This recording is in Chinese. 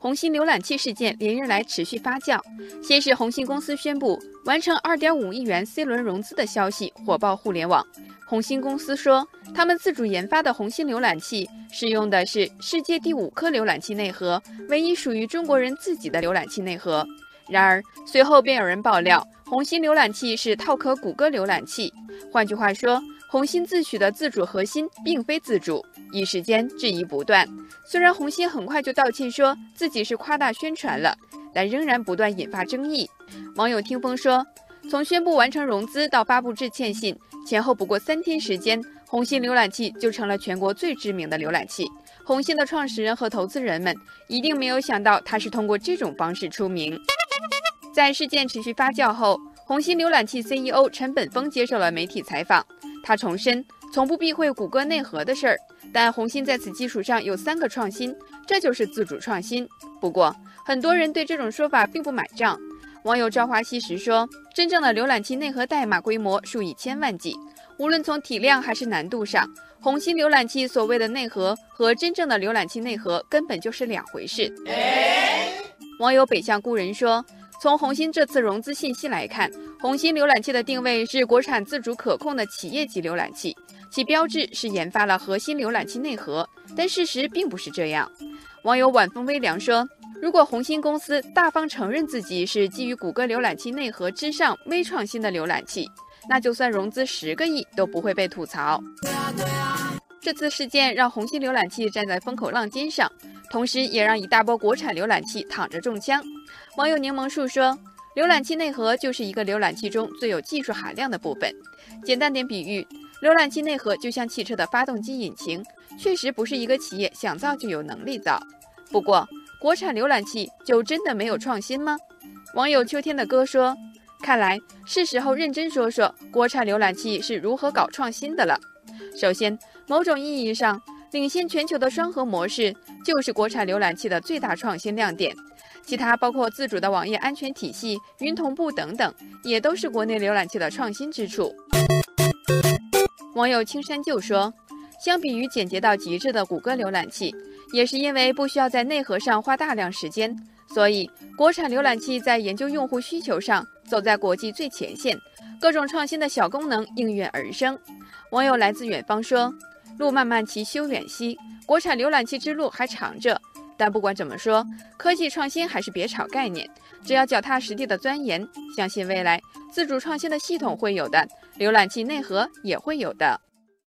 红心浏览器事件连日来持续发酵。先是红心公司宣布完成2.5亿元 C 轮融资的消息火爆互联网。红心公司说，他们自主研发的红心浏览器使用的是世界第5颗浏览器内核，唯一属于中国人自己的浏览器内核。然而，随后便有人爆料，红心浏览器是套壳谷歌浏览器。换句话说，红心自诩的自主核心并非自主，一时间质疑不断。虽然红心很快就道歉说自己是夸大宣传了，但仍然不断引发争议。网友听风说，从宣布完成融资到发布致歉信，前后不过3天时间，红心浏览器就成了全国最知名的浏览器。红心的创始人和投资人们一定没有想到，他是通过这种方式出名。在事件持续发酵后，红心浏览器 CEO 陈本峰接受了媒体采访，他重申从不避讳谷歌内核的事儿，但红心在此基础上有3个创新，这就是自主创新。不过，很多人对这种说法并不买账。网友朝花夕拾说，真正的浏览器内核代码规模数以千万计，无论从体量还是难度上，红心浏览器所谓的内核和真正的浏览器内核根本就是2回事。网友北向故人说，从红心这次融资信息来看，红心浏览器的定位是国产自主可控的企业级浏览器，其标志是研发了核心浏览器内核，但事实并不是这样。网友晚风微凉说，如果红心公司大方承认自己是基于谷歌浏览器内核之上微创新的浏览器，那就算融资10个亿都不会被吐槽。这次事件让红心浏览器站在风口浪尖上，同时也让一大波国产浏览器躺着中枪。网友柠檬树说，浏览器内核就是一个浏览器中最有技术含量的部分。简单点比喻，浏览器内核就像汽车的发动机引擎，确实不是一个企业想造就有能力造。不过，国产浏览器就真的没有创新吗？网友秋天的歌说，看来是时候认真说说国产浏览器是如何搞创新的了。首先，某种意义上，领先全球的双核模式就是国产浏览器的最大创新亮点，其他包括自主的网页安全体系、云同步等等，也都是国内浏览器的创新之处。网友青山就说，相比于简洁到极致的谷歌浏览器，也是因为不需要在内核上花大量时间，所以国产浏览器在研究用户需求上走在国际最前线，各种创新的小功能应运而生。网友来自远方说，路漫漫其修远兮，国产浏览器之路还长着，但不管怎么说，科技创新还是别炒概念，只要脚踏实地的钻研，相信未来自主创新的系统会有的，浏览器内核也会有的。